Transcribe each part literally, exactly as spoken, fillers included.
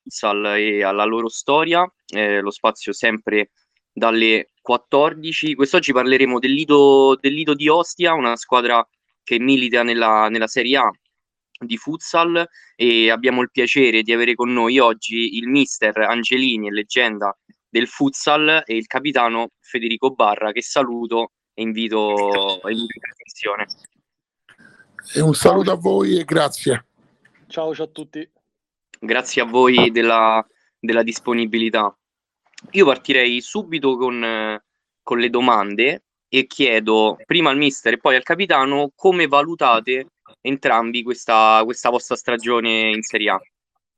futsal e alla loro storia, eh, lo spazio sempre dalle quattordici. Quest'oggi parleremo del Lido, del Lido di Ostia, una squadra che milita nella, nella Serie A di futsal, e abbiamo il piacere di avere con noi oggi il mister Angelini, leggenda del futsal, e il capitano Federico Barra, che saluto e invito, e invito in trasmissione. E un saluto a voi e grazie. Ciao, ciao a tutti. Grazie a voi della, della disponibilità. Io partirei subito con, eh, con le domande e chiedo prima al mister e poi al capitano come valutate entrambi questa, questa vostra stagione in Serie A.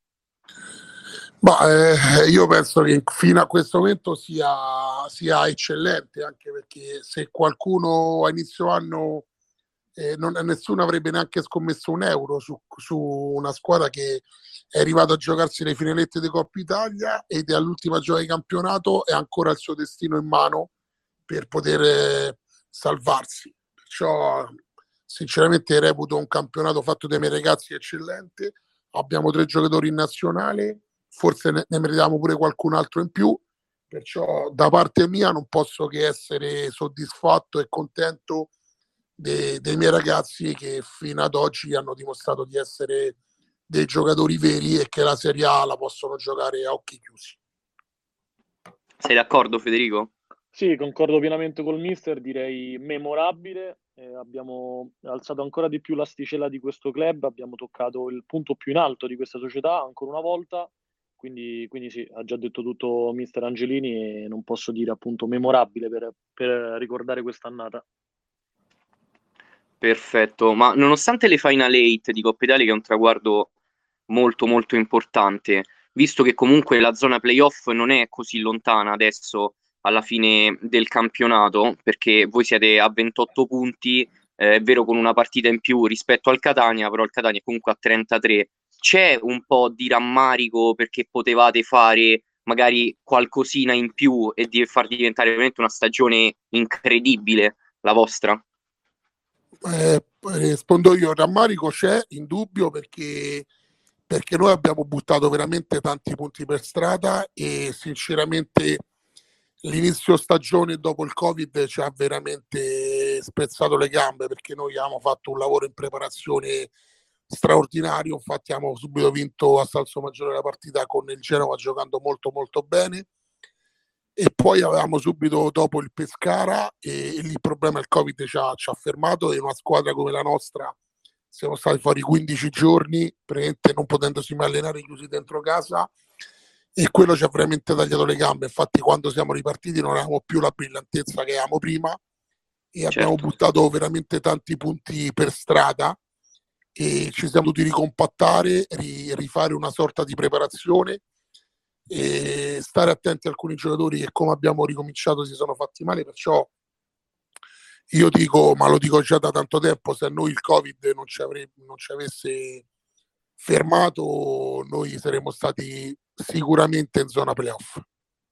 Ma eh, io penso che fino a questo momento sia, sia eccellente, anche perché se qualcuno a inizio anno eh, non, nessuno avrebbe neanche scommesso un euro su, su una squadra che è arrivata a giocarsi le finalette di Coppa Italia ed è all'ultima giornata di campionato e ha ancora il suo destino in mano per poter eh, salvarsi. Perciò sinceramente reputo un campionato fatto dai miei ragazzi eccellente. Abbiamo tre giocatori in nazionale, forse ne, ne meritiamo pure qualcun altro in più, perciò da parte mia non posso che essere soddisfatto e contento dei, dei miei ragazzi che fino ad oggi hanno dimostrato di essere dei giocatori veri e che la Serie A la possono giocare a occhi chiusi. Sei d'accordo, Federico? Sì, concordo pienamente col mister, direi memorabile. Eh, abbiamo alzato ancora di più l'asticella di questo club, abbiamo toccato il punto più in alto di questa società ancora una volta, quindi, quindi sì, ha già detto tutto mister Angelini e non posso dire appunto memorabile per, per ricordare quest'annata. Perfetto, ma nonostante le Final Eight di Coppa Italia, che è un traguardo molto molto importante, visto che comunque la zona playoff non è così lontana adesso alla fine del campionato, perché voi siete a ventotto punti, eh, è vero con una partita in più rispetto al Catania, però il Catania è comunque a trentatré. C'è un po' di rammarico perché potevate fare magari qualcosina in più e di far diventare veramente una stagione incredibile la vostra? Eh, rispondo io, il rammarico c'è, indubbio, perché, perché noi abbiamo buttato veramente tanti punti per strada e sinceramente l'inizio stagione dopo il Covid ci ha veramente spezzato le gambe, perché noi abbiamo fatto un lavoro in preparazione straordinario, infatti abbiamo subito vinto a Salso Maggiore la partita con il Genova giocando molto molto bene e poi avevamo subito dopo il Pescara e, e lì il problema del Covid ci ha, ci ha fermato e una squadra come la nostra siamo stati fuori quindici giorni, praticamente non potendosi mai allenare chiusi dentro casa e quello ci ha veramente tagliato le gambe. Infatti quando siamo ripartiti non avevamo più la brillantezza che avevamo prima e abbiamo Certo. buttato veramente tanti punti per strada e ci siamo dovuti ricompattare, ri, rifare una sorta di preparazione e stare attenti a alcuni giocatori che come abbiamo ricominciato si sono fatti male, perciò io dico, ma lo dico già da tanto tempo, se a noi il Covid non ci, avrebbe, non ci avesse fermato noi saremmo stati sicuramente in zona playoff.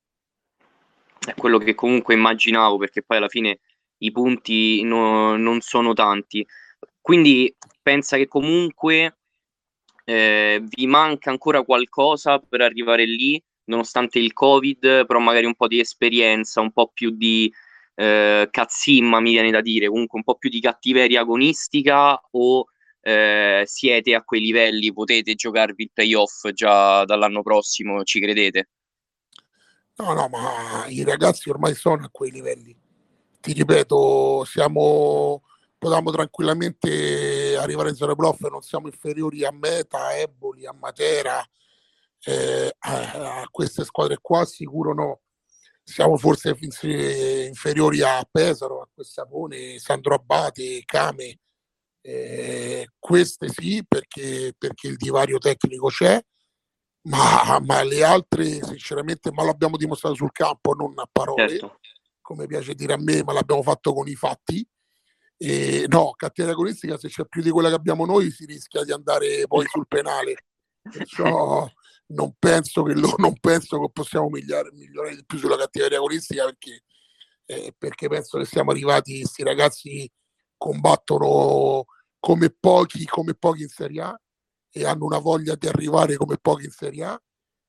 È quello che comunque immaginavo, perché poi alla fine i punti no- non sono tanti. Quindi pensa che comunque eh, vi manca ancora qualcosa per arrivare lì, nonostante il Covid, però magari un po' di esperienza, un po' più di eh, cazzimma, mi viene da dire, comunque un po' più di cattiveria agonistica, o eh, siete a quei livelli, potete giocarvi il playoff già dall'anno prossimo, ci credete? No, no, ma i ragazzi ormai sono a quei livelli. Ti ripeto, siamo, potevamo tranquillamente arrivare in zona playoff, non siamo inferiori a Meta, a Eboli, a Matera, eh, a, a queste squadre qua, sicuro no. Siamo forse inferiori a Pesaro, a Questapone, Sandro Abate, Came, eh, queste sì, perché, perché il divario tecnico c'è, ma, ma le altre sinceramente ma l'abbiamo dimostrato sul campo, non a parole, Certo. come piace dire a me, ma l'abbiamo fatto con i fatti. E no, cattiveria agonistica, se c'è più di quella che abbiamo noi si rischia di andare poi sul penale, perciò non penso che, lo, non penso che possiamo migliorare, migliorare di più sulla cattiveria agonistica, perché, eh, perché penso che siamo arrivati, questi ragazzi combattono come pochi, come pochi in Serie A e hanno una voglia di arrivare come pochi in Serie A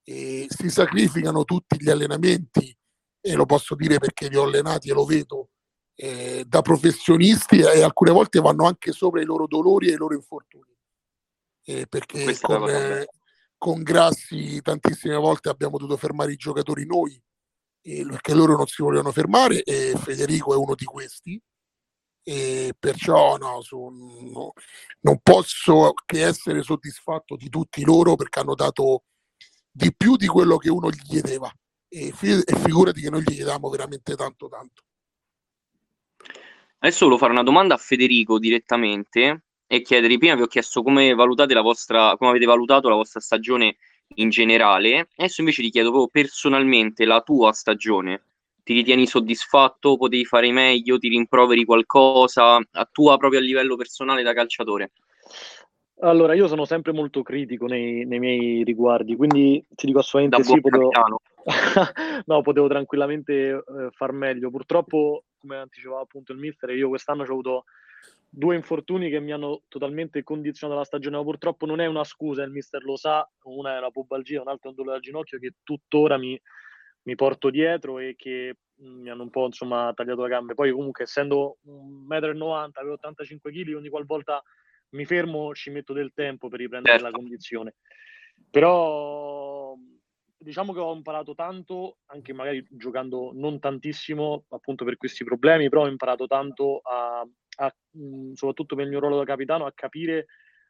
e si sacrificano tutti gli allenamenti, e lo posso dire perché li ho allenati e lo vedo, eh, da professionisti, e alcune volte vanno anche sopra i loro dolori e i loro infortuni, eh, perché con, eh, con Grassi tantissime volte abbiamo dovuto fermare i giocatori noi, eh, perché loro non si volevano fermare, e Federico è uno di questi, e perciò no, su, no, non posso che essere soddisfatto di tutti loro, perché hanno dato di più di quello che uno gli chiedeva, e, fi- e figurati che noi gli chiediamo veramente tanto tanto. Adesso volevo fare una domanda a Federico direttamente e chiedere, prima vi ho chiesto come valutate la vostra, come avete valutato la vostra stagione in generale, adesso invece ti chiedo proprio personalmente la tua stagione. Ti ritieni soddisfatto? Potevi fare meglio? Ti rimproveri qualcosa? A tua proprio a livello personale da calciatore? Allora, io sono sempre molto critico nei, nei miei riguardi, quindi ti dico assolutamente Da buon sì, potevo... capitano. no, potevo tranquillamente eh, far meglio. Purtroppo, come anticipava appunto il mister, io quest'anno ho avuto due infortuni che mi hanno totalmente condizionato la stagione, ma purtroppo non è una scusa, il mister lo sa, una è la pubalgia, un'altra è un dolore al ginocchio che tuttora mi, mi porto dietro e che mh, mi hanno un po' insomma tagliato le gambe. Poi comunque essendo un metro e novanta, avevo ottantacinque chili, ogni qualvolta mi fermo ci metto del tempo per riprendere Certo. la condizione. Però diciamo che ho imparato tanto, anche magari giocando non tantissimo appunto per questi problemi, però ho imparato tanto a, a mh, soprattutto per il mio ruolo da capitano, a capire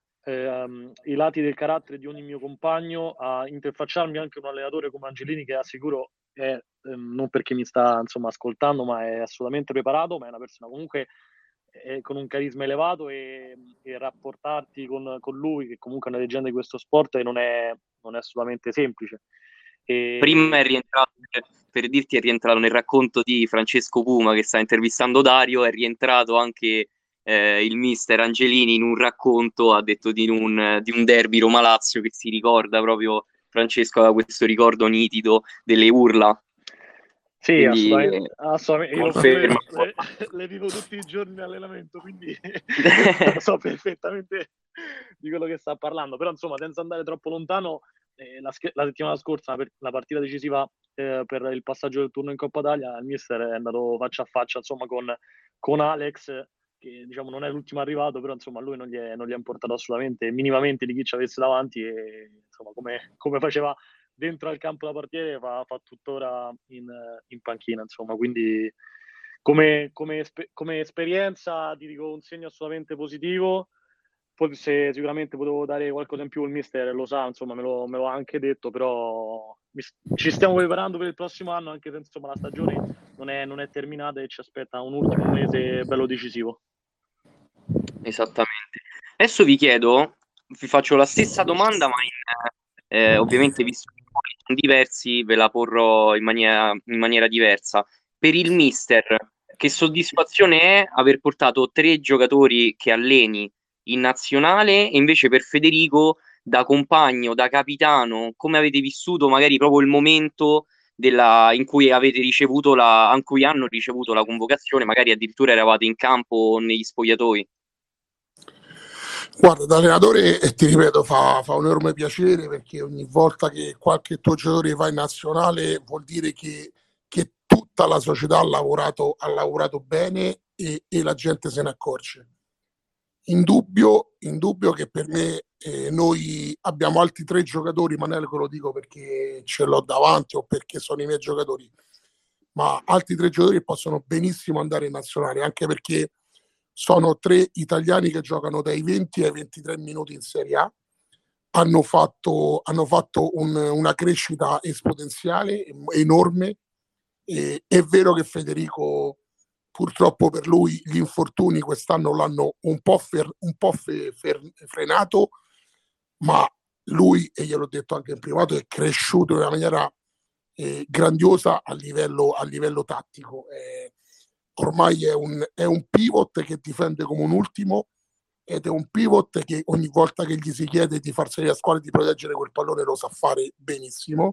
ehm, i lati del carattere di ogni mio compagno, a interfacciarmi anche con un allenatore come Angelini, che assicuro è ehm, non perché mi sta insomma ascoltando, ma è assolutamente preparato, ma è una persona comunque eh, con un carisma elevato, e, e rapportarti con, con lui, che comunque è una leggenda di questo sport, e non è, non è assolutamente semplice. E... Prima è rientrato, per dirti, è rientrato nel racconto di Francesco Puma che sta intervistando Dario, è rientrato anche eh, il mister Angelini in un racconto, ha detto di un, di un derby Roma-Lazio, che si ricorda proprio, Francesco aveva questo ricordo nitido delle urla. Sì, Quindi, assolutamente, assolutamente. Io conferma. le, le vivo tutti i giorni in allenamento, quindi so perfettamente di quello che sta parlando. Però insomma, senza andare troppo lontano, eh, la, la settimana scorsa, per la partita decisiva eh, per il passaggio del turno in Coppa Italia, il mister è andato faccia a faccia insomma con, con Alex, che diciamo non è l'ultimo arrivato, però insomma a lui non gli è, non gli è importato assolutamente, minimamente, di chi ci avesse davanti, e insomma come, come faceva dentro al campo da portiere fa, fa tuttora in, in panchina, insomma, quindi come, come, come esperienza ti dico un segno assolutamente positivo. Poi se sicuramente potevo dare qualcosa in più, il mister lo sa, insomma me lo, me lo ha anche detto, però mi, ci stiamo preparando per il prossimo anno, anche se insomma la stagione non è, non è terminata e ci aspetta un ultimo mese bello decisivo. Esattamente. Adesso vi chiedo, vi faccio la stessa domanda, ma in, eh, ovviamente visto che sono diversi, ve la porrò in maniera, in maniera diversa. Per il mister, che soddisfazione è aver portato tre giocatori che alleni in nazionale, e invece per Federico, da compagno, da capitano, come avete vissuto magari proprio il momento della, in cui avete ricevuto la, in cui hanno ricevuto la convocazione, magari addirittura eravate in campo o negli spogliatoi? Guarda, da allenatore, e ti ripeto, fa, fa un enorme piacere, perché ogni volta che qualche tuo giocatore va in nazionale vuol dire che, che tutta la società ha lavorato, ha lavorato bene, e, e la gente se ne accorge. Indubbio, indubbio che per me eh, noi abbiamo altri tre giocatori, Manello, lo dico perché ce l'ho davanti o perché sono i miei giocatori, ma altri tre giocatori possono benissimo andare in nazionale, anche perché sono tre italiani che giocano dai venti ai ventitré minuti in Serie A, hanno fatto, hanno fatto un, una crescita esponenziale enorme. E, è vero che Federico, purtroppo per lui, gli infortuni quest'anno l'hanno un po', fer, un po' fe, fer, frenato, ma lui, e gliel'ho detto anche in privato, è cresciuto in una maniera eh, grandiosa a livello, a livello tattico. Eh, ormai è un, è un pivot che difende come un ultimo, ed è un pivot che ogni volta che gli si chiede di far salire a squadra e di proteggere quel pallone lo sa fare benissimo.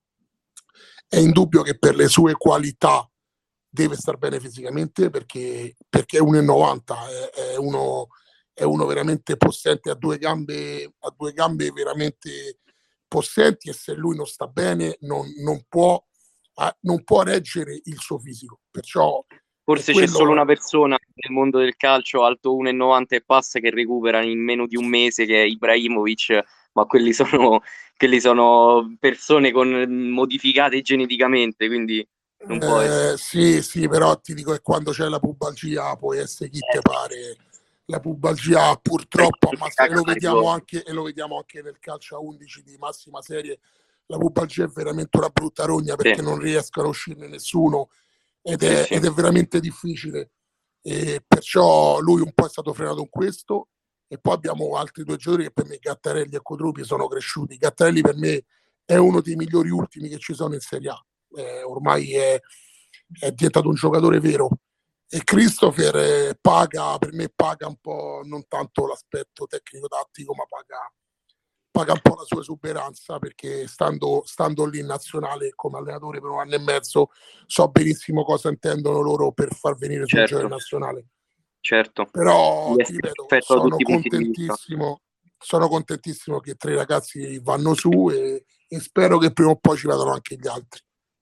È indubbio che per le sue qualità deve star bene fisicamente, perché, perché è uno virgola novanta, è, è, uno, è uno veramente possente, a due gambe, a due gambe veramente possenti, e se lui non sta bene non, non può non può reggere il suo fisico. Perciò forse quello... c'è solo una persona nel mondo del calcio alto uno e novanta e passa che recupera in meno di un mese, che è Ibrahimovic, ma quelli sono, quelli sono persone con modificate geneticamente, quindi non può essere. Eh, sì, sì, però ti dico che quando c'è la pubalgia puoi essere chi te pare. La pubalgia purtroppo ammazza, e lo vediamo anche, e lo vediamo anche nel calcio a undici di massima serie. La pubalgia è veramente una brutta rogna, perché sì, non riescono a uscirne nessuno, ed è, sì, sì. ed è veramente difficile. E perciò lui un po' è stato frenato in questo, e poi abbiamo altri due giocatori che per me, Gattarelli e Codrupi, sono cresciuti. Gattarelli per me è uno dei migliori ultimi che ci sono in Serie A. Eh, ormai è, è diventato un giocatore vero, e Christopher eh, paga, per me paga un po', non tanto l'aspetto tecnico-tattico, ma paga, paga un po' la sua esuberanza, perché stando, stando lì in nazionale come allenatore per un anno e mezzo, so benissimo cosa intendono loro per far venire sul certo. gioco nazionale. Certo. Però ti ripeto, sono contentissimo, sono contentissimo che tre ragazzi vanno su, e, e spero che prima o poi ci vadano anche gli altri.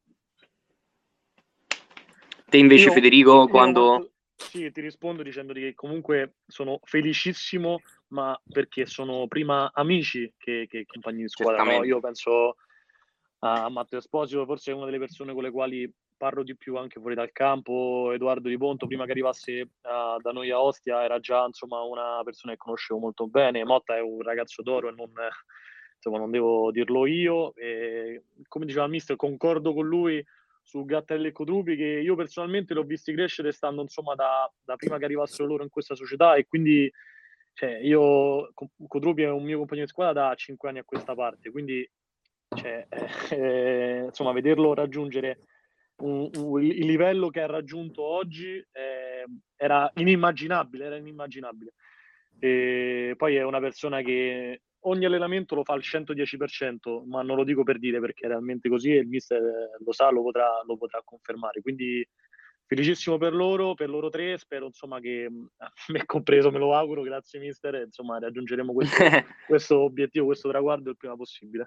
Te invece, io, Federico, io quando... Sì, ti rispondo dicendoti che comunque sono felicissimo, ma perché sono prima amici che, che compagni di squadra, no? Io penso a Matteo Esposito, forse è una delle persone con le quali parlo di più anche fuori dal campo. Edoardo Di Ponto, prima che arrivasse uh, da noi a Ostia, era già insomma una persona che conoscevo molto bene. Motta è un ragazzo d'oro, e non, insomma, non devo dirlo io. E, come diceva il mister, concordo con lui su Gattarelli e Codrupi, che io personalmente l'ho visti crescere stando insomma da, da prima che arrivassero loro in questa società, e quindi cioè, io Codrupi è un mio compagno di squadra da cinque anni a questa parte, quindi cioè, eh, insomma, vederlo raggiungere un, un, il livello che ha raggiunto oggi eh, era inimmaginabile, era inimmaginabile. E poi è una persona che ogni allenamento lo fa al centodieci per cento, ma non lo dico per dire, perché è realmente così, e il mister lo sa, lo potrà, lo potrà confermare. Quindi felicissimo per loro, per loro tre. Spero insomma che, me compreso, me lo auguro, grazie mister, insomma raggiungeremo questo, questo obiettivo, questo traguardo il prima possibile.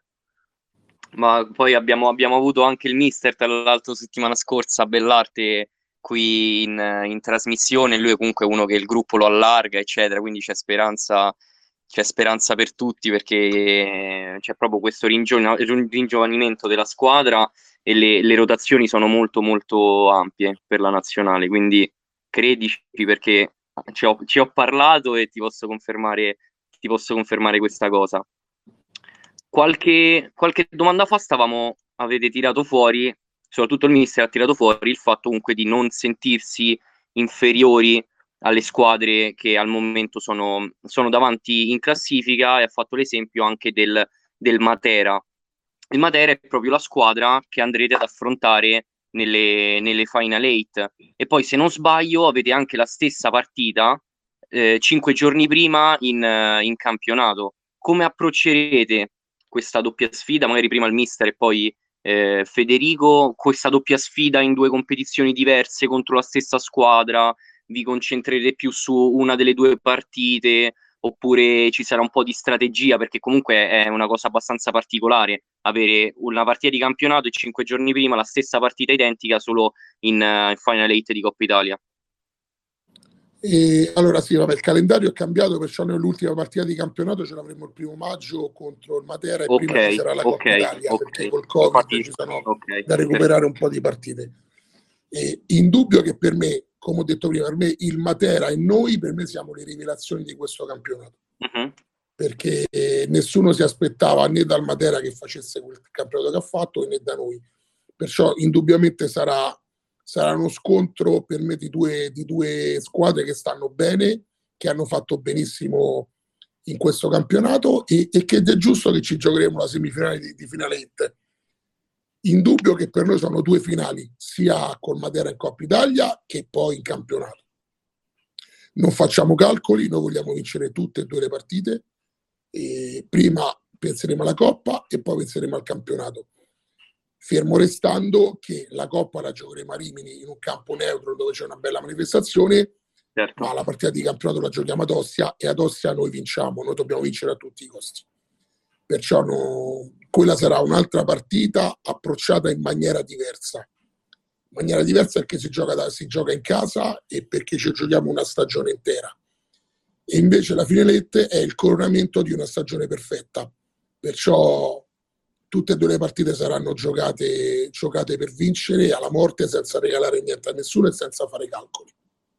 Ma poi abbiamo, abbiamo avuto anche il mister tra l'altro settimana scorsa a Bellarte qui in, in trasmissione. Lui è comunque uno che il gruppo lo allarga, eccetera, quindi c'è speranza, c'è speranza per tutti, perché c'è proprio questo ringio- ringiovanimento della squadra, e le, le rotazioni sono molto molto ampie per la nazionale, quindi credici, perché ci ho, ci ho parlato e ti posso confermare, ti posso confermare questa cosa. Qualche, qualche domanda fa stavamo, avete tirato fuori, soprattutto il mister ha tirato fuori il fatto comunque di non sentirsi inferiori alle squadre che al momento sono, sono davanti in classifica, e ha fatto l'esempio anche del, del Matera. Il Matera è proprio la squadra che andrete ad affrontare nelle, nelle Final Eight, e poi se non sbaglio avete anche la stessa partita eh, cinque giorni prima in, in campionato. Come approccerete questa doppia sfida? Magari prima il mister e poi eh, Federico, questa doppia sfida in due competizioni diverse contro la stessa squadra, vi concentrerete più su una delle due partite, oppure ci sarà un po' di strategia, perché comunque è una cosa abbastanza particolare avere una partita di campionato e cinque giorni prima la stessa partita identica, solo in, uh, in Final Eight di Coppa Italia? E allora sì, vabbè, il calendario è cambiato, perciò noi l'ultima partita di campionato ce l'avremo il primo maggio contro il Matera, e okay, prima ci sarà la Coppa okay, Italia, okay. perché col Covid Infatti, ci sono okay, da recuperare un po' di partite. E indubbio che per me, come ho detto prima, per me il Matera e noi, per me siamo le rivelazioni di questo campionato. Uh-huh. Perché nessuno si aspettava né dal Matera che facesse quel campionato che ha fatto, né da noi. Perciò indubbiamente sarà sarà uno scontro per me di due, di due squadre che stanno bene, che hanno fatto benissimo in questo campionato, e, e che è giusto che ci giocheremo la semifinale di, di finalette. Indubbio che per noi sono due finali, sia col Matera in Coppa Italia che poi in campionato. Non facciamo calcoli, noi vogliamo vincere tutte e due le partite, e prima penseremo alla Coppa e poi penseremo al campionato. Fermo restando che la Coppa la giocheremo a Rimini, in un campo neutro dove c'è una bella manifestazione, certo. Ma la partita di campionato la giochiamo ad Ostia, e ad Ostia noi vinciamo, noi dobbiamo vincere a tutti i costi. Perciò no, quella sarà un'altra partita approcciata in maniera diversa. In maniera diversa perché si gioca, da, si gioca in casa e perché ci giochiamo una stagione intera. E invece la finalette è il coronamento di una stagione perfetta. Perciò tutte e due le partite saranno giocate, giocate per vincere alla morte, senza regalare niente a nessuno e senza fare calcoli.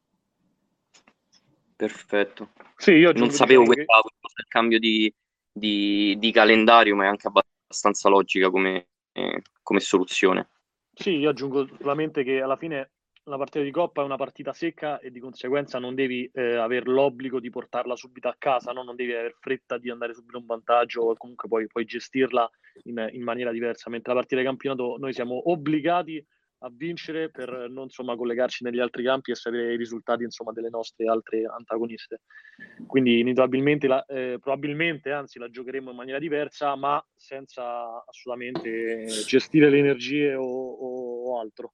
Perfetto. Sì, io non aggiungo, sapevo diciamo, questa, che questo cambio di, di, di calendario, ma è anche abbastanza logica come, eh, come soluzione. sì, io aggiungo solamente che alla fine la partita di Coppa è una partita secca e di conseguenza non devi eh, avere l'obbligo di portarla subito a casa, no? Non devi avere fretta di andare subito in vantaggio o comunque poi puoi gestirla in, in maniera diversa, mentre la partita di campionato noi siamo obbligati a vincere per non insomma collegarci negli altri campi e sapere i risultati insomma delle nostre altre antagoniste. Quindi inevitabilmente la, eh, probabilmente anzi la giocheremo in maniera diversa, ma senza assolutamente gestire le energie o, o, o altro.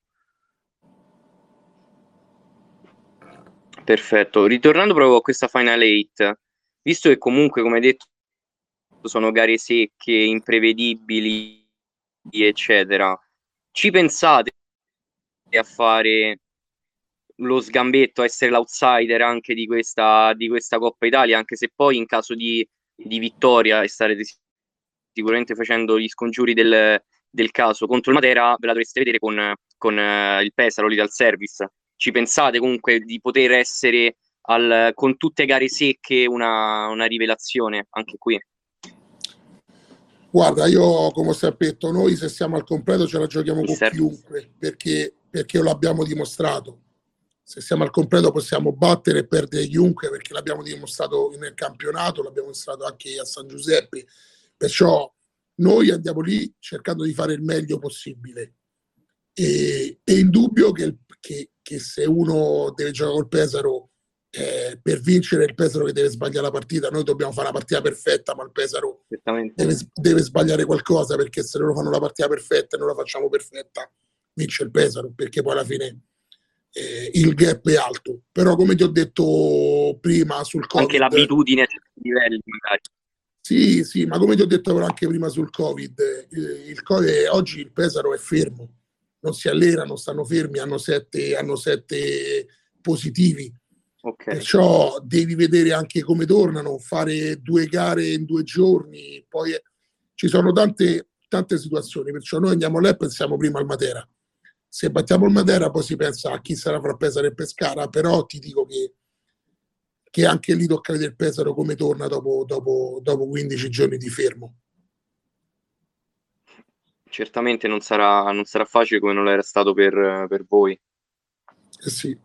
Perfetto, ritornando proprio a questa Final Eight, visto che comunque, come hai detto, sono gare secche, imprevedibili, eccetera, ci pensate a fare lo sgambetto, a essere l'outsider anche di questa, di questa Coppa Italia, anche se poi in caso di, di vittoria, e starete sicuramente facendo gli scongiuri del, del caso contro il Matera, ve la dovreste vedere con, con uh, il Pesaro lì dal service. Ci pensate comunque di poter essere al, con tutte gare secche una, una rivelazione anche qui? Guarda, io come ho sempre detto, noi se siamo al completo ce la giochiamo Mister. con chiunque, perché, perché lo abbiamo dimostrato. Se siamo al completo possiamo battere e perdere chiunque, perché l'abbiamo dimostrato nel campionato, l'abbiamo dimostrato anche a San Giuseppe. Perciò noi andiamo lì cercando di fare il meglio possibile. E è indubbio che, che, che se uno deve giocare col Pesaro, eh, per vincere il Pesaro che deve sbagliare la partita, noi dobbiamo fare la partita perfetta, ma il Pesaro deve, deve sbagliare qualcosa, perché se loro fanno la partita perfetta e noi la facciamo perfetta, vince il Pesaro, perché poi alla fine eh, il gap è alto. Però come ti ho detto prima sul Covid, anche l'abitudine a certi livelli magari. Sì, sì, ma come ti ho detto però anche prima sul Covid, il, il COVID oggi il Pesaro è fermo, non si allenano, stanno fermi, hanno sette, hanno sette positivi. Okay. Perciò devi vedere anche come tornano, fare due gare in due giorni, poi ci sono tante, tante situazioni, perciò noi andiamo là e pensiamo prima al Matera. Se battiamo il Matera poi si pensa a chi sarà fra Pesaro e Pescara, però ti dico che, che anche lì tocca vedere il Pesaro come torna dopo, dopo, dopo quindici giorni di fermo. Certamente non sarà, non sarà facile come non l'era stato per, per voi. Eh sì.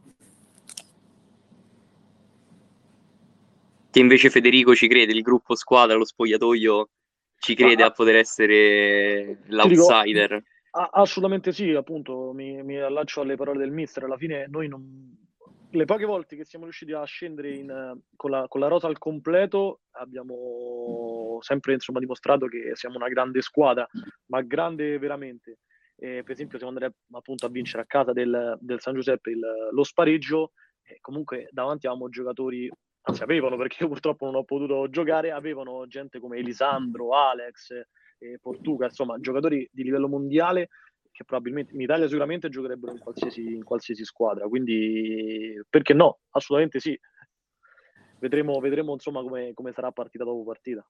Che invece Federico ci crede, il gruppo squadra, lo spogliatoio ci crede Ma, a poter essere l'outsider? Dico, assolutamente sì, appunto, mi, mi allaccio alle parole del mister. Alla fine noi non... Le poche volte che siamo riusciti a scendere in, con, la, con la rosa al completo abbiamo sempre insomma, dimostrato che siamo una grande squadra, ma grande veramente. E, per esempio siamo andati appunto a vincere a casa del, del San Giuseppe il, lo spareggio e comunque davanti avevamo giocatori, anzi avevano, perché io purtroppo non ho potuto giocare, avevano gente come Elisandro, Alex, eh, Portuga, insomma giocatori di livello mondiale che probabilmente in Italia sicuramente giocherebbero in qualsiasi, in qualsiasi squadra, quindi perché no? Assolutamente sì. Vedremo, vedremo insomma come, come sarà partita dopo partita.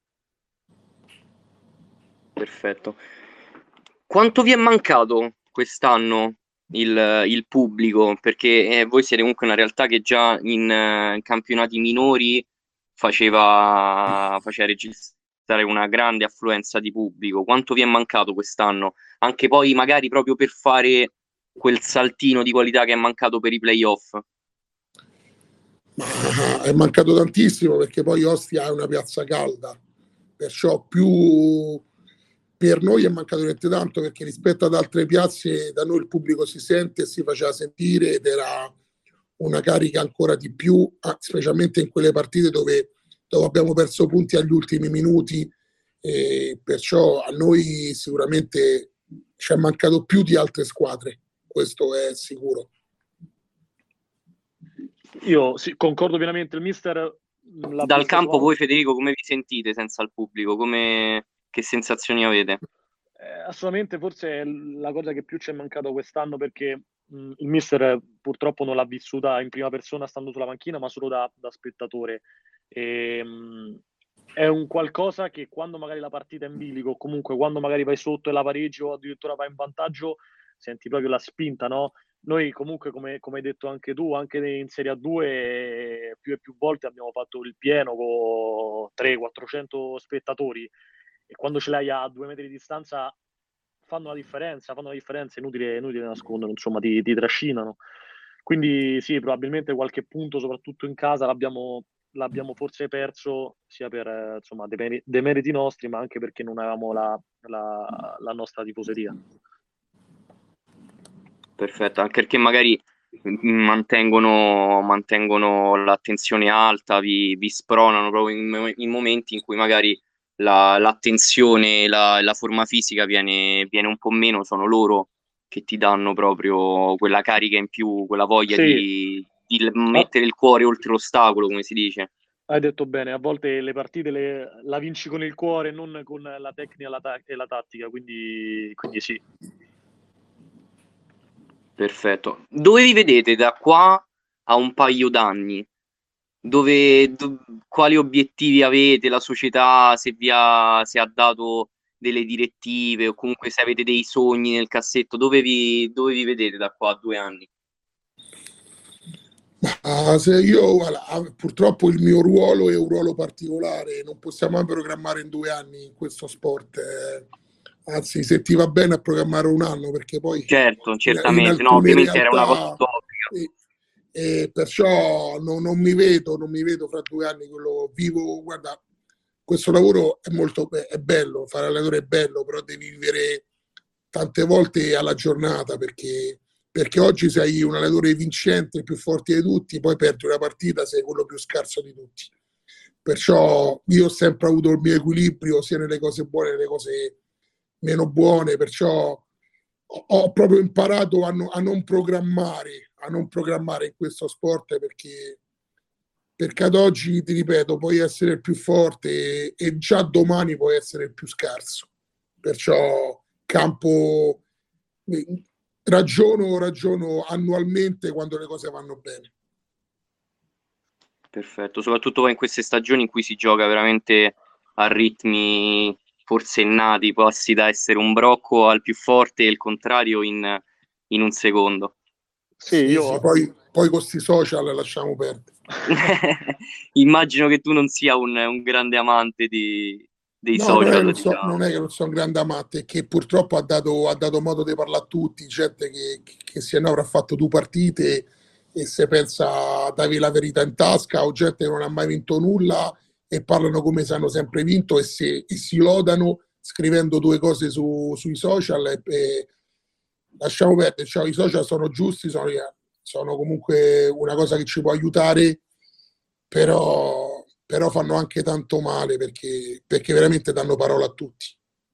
Perfetto. Quanto vi è mancato quest'anno il, il pubblico? Perché eh, voi siete comunque una realtà che già in uh, campionati minori faceva, faceva registrare una grande affluenza di pubblico. Quanto vi è mancato quest'anno? Anche poi magari proprio per fare quel saltino di qualità che è mancato per i playoff? Ma è mancato tantissimo, perché poi Ostia è una piazza calda, perciò più per noi è mancato veramente tanto, perché rispetto ad altre piazze da noi il pubblico si sente e si faceva sentire ed era una carica ancora di più, specialmente in quelle partite dove, dove abbiamo perso punti agli ultimi minuti, e perciò a noi sicuramente ci è mancato più di altre squadre, questo è sicuro. Io sì, concordo pienamente, il mister dal campo sua... voi Federico come vi sentite senza il pubblico? Come... che sensazioni avete? Eh, assolutamente, forse è la cosa che più ci è mancato quest'anno, perché mh, il mister purtroppo non l'ha vissuta in prima persona stando sulla panchina, ma solo da, da spettatore. E, mh, è un qualcosa che quando magari la partita è in bilico, o comunque quando magari vai sotto e la pareggi o addirittura vai in vantaggio, senti proprio la spinta, no? Noi comunque, come, come hai detto anche tu, anche in Serie A due più e più volte abbiamo fatto il pieno con trecento quattrocento spettatori, e quando ce l'hai a due metri di distanza fanno la differenza, fanno la differenza, inutile, inutile nasconderlo, insomma, ti, ti trascinano. Quindi sì, probabilmente qualche punto, soprattutto in casa, l'abbiamo, l'abbiamo forse perso, sia per eh, insomma, demeri- demeriti nostri, ma anche perché non avevamo la, la, la nostra tifoseria. Perfetto, anche perché magari mantengono, mantengono l'attenzione alta, vi, vi spronano proprio in, in momenti in cui magari la, l'attenzione, la, la forma fisica viene, viene un po' meno, sono loro che ti danno proprio quella carica in più, quella voglia Sì, di, di ah, mettere il cuore oltre l'ostacolo, come si dice. hai detto bene, a volte le partite le, la vinci con il cuore, non con la tecnica la ta- e la tattica, quindi, quindi sì. Perfetto. Dove vi vedete da qua a un paio d'anni? Dove, do- quali obiettivi avete, la società, se vi ha, se ha dato delle direttive o comunque se avete dei sogni nel cassetto, dove vi, dove vi vedete da qua a due anni? Ah, se io, guarda, ah, purtroppo il mio ruolo è un ruolo particolare, non possiamo mai programmare in due anni in questo sport. eh. Anzi, se ti va bene a programmare un anno, perché poi Certo, in, in certamente, no, alcune ovviamente era una cosa realtà, utopica. e, e perciò non, non mi vedo, non mi vedo fra due anni quello vivo. Guarda, questo lavoro è molto be- è bello, fare allenatore è bello, però devi vivere tante volte alla giornata, perché perché oggi sei un allenatore vincente, il più forte di tutti, poi perdi una partita, sei quello più scarso di tutti. Perciò io ho sempre avuto il mio equilibrio sia nelle cose buone che nelle cose meno buone, perciò ho proprio imparato a, no, a non programmare, a non programmare in questo sport, perché, perché ad oggi, ti ripeto, puoi essere il più forte e, e già domani puoi essere il più scarso. Perciò campo ragiono, ragiono annualmente quando le cose vanno bene. Perfetto, soprattutto poi in queste stagioni in cui si gioca veramente a ritmi forsennati, passi da essere un brocco al più forte e il contrario in, in un secondo. Sì, Sì, sì, io poi, poi con questi social lasciamo perdere. Immagino che tu non sia un, un grande amante di, dei No, non è, che social, non, so, diciamo. non è che non sono un grande amante, è che purtroppo ha dato, ha dato modo di parlare a tutti, gente che, che se no avrà fatto due partite e se pensa di avere la verità in tasca, o gente che non ha mai vinto nulla e parlano come se hanno sempre vinto e, se, e si lodano scrivendo due cose su, sui social. E, e lasciamo perdere, cioè, i social sono giusti, sono, sono comunque una cosa che ci può aiutare, però, però fanno anche tanto male, perché, perché veramente danno parola a tutti.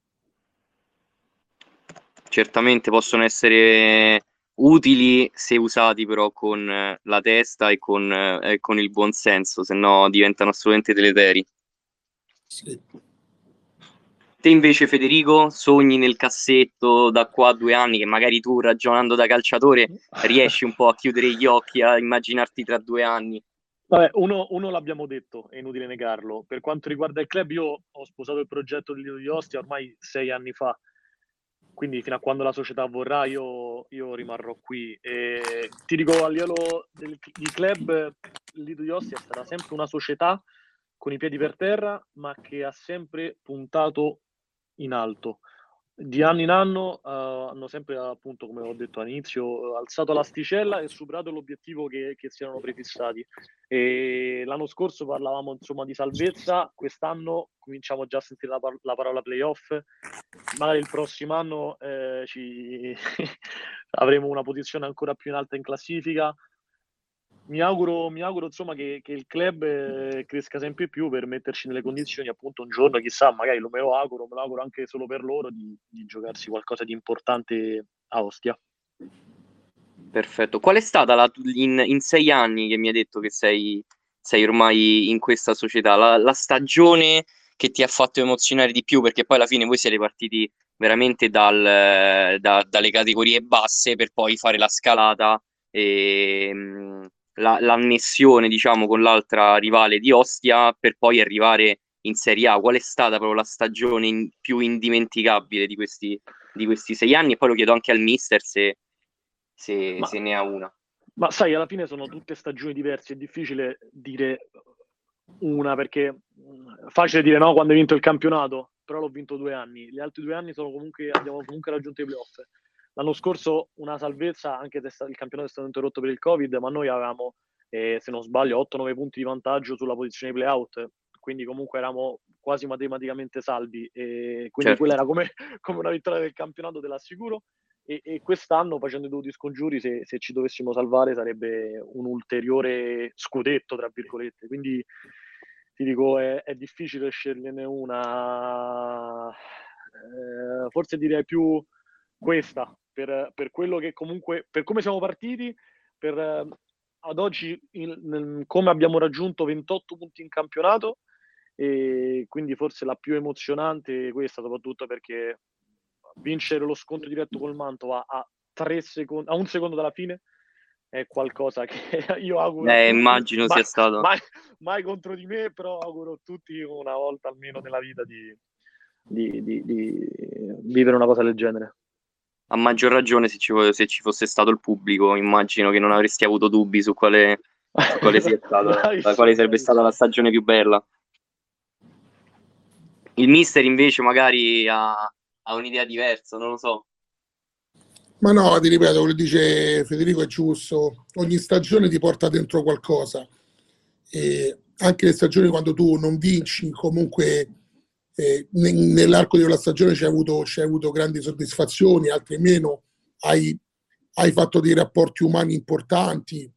Certamente possono essere utili se usati però con eh, la testa e con, eh, e con il buon senso, se no diventano assolutamente deleteri. Sì. Te invece, Federico, sogni nel cassetto da qua a due anni, che magari tu, ragionando da calciatore, riesci un po' a chiudere gli occhi, a immaginarti tra due anni. Vabbè, uno, uno l'abbiamo detto, è inutile negarlo. Per quanto riguarda il club, io ho sposato il progetto di Lido di Ostia ormai sei anni fa, quindi fino a quando la società vorrà io, io rimarrò qui. E ti dico, a livello del, di club, il Lido di Ostia è stata sempre una società con i piedi per terra, ma che ha sempre puntato in alto. Di anno in anno uh, hanno sempre, appunto, come ho detto all'inizio, alzato l'asticella e superato l'obiettivo che, che si erano prefissati. E l'anno scorso parlavamo, insomma, di salvezza, quest'anno cominciamo già a sentire la, par- la parola playoff. Magari il prossimo anno eh, ci... avremo una posizione ancora più in alta in classifica. Mi auguro, mi auguro insomma che, che il club eh, cresca sempre più per metterci nelle condizioni, appunto, un giorno, chissà, magari lo me lo auguro, me lo auguro anche solo per loro, di, di giocarsi qualcosa di importante a Ostia. Perfetto. Qual è stata la, in, in sei anni che mi hai detto che sei, sei ormai in questa società, la, la stagione che ti ha fatto emozionare di più? Perché poi alla fine voi siete partiti veramente dal, da, dalle categorie basse per poi fare la scalata e mh, la, l'annessione, diciamo, con l'altra rivale di Ostia per poi arrivare in Serie A. Qual è stata proprio la stagione in- più indimenticabile di questi, di questi sei anni? E poi lo chiedo anche al mister se, se, Ma, se ne ha una. ma sai, alla fine sono tutte stagioni diverse, è difficile dire una perché mh, facile dire no quando hai vinto il campionato, però l'ho vinto due anni. Gli altri due anni sono comunque, abbiamo comunque raggiunto i playoff. L'anno scorso una salvezza, anche se il campionato è stato interrotto per il Covid, ma noi avevamo, eh, se non sbaglio, otto nove punti di vantaggio sulla posizione di playout, quindi comunque eravamo quasi matematicamente salvi, e quindi Certo. quella era come, come una vittoria del campionato, te l'assicuro. E, e quest'anno, facendo i dovuti scongiuri, se, se ci dovessimo salvare sarebbe un ulteriore scudetto, tra virgolette. Quindi ti dico, è, è difficile sceglierne una. Eh, forse direi più questa, per, per quello che comunque, per come siamo partiti, per eh, ad oggi il, nel- come abbiamo raggiunto ventotto punti in campionato, e quindi forse la più emozionante è questa, soprattutto perché vincere lo scontro diretto col Mantova a, tre secondi, a un secondo dalla fine è qualcosa che io auguro a Eh, tutti, immagino mai, sia stato. mai, mai contro di me, però auguro a tutti una volta almeno nella vita di, di, di, di vivere una cosa del genere. A maggior ragione se ci, fo- se ci fosse stato il pubblico, immagino che non avresti avuto dubbi su quale, su quale sia stata, la quale sarebbe stata la stagione più bella. Il mister invece magari ha, ha un'idea diversa, non lo so. Ma no, ti ripeto, quello che dice Federico è giusto. Ogni stagione ti porta dentro qualcosa. E anche le stagioni quando tu non vinci, comunque eh, ne- nell'arco di quella stagione c'hai avuto, c'hai avuto grandi soddisfazioni, altre meno. Hai, hai fatto dei rapporti umani importanti.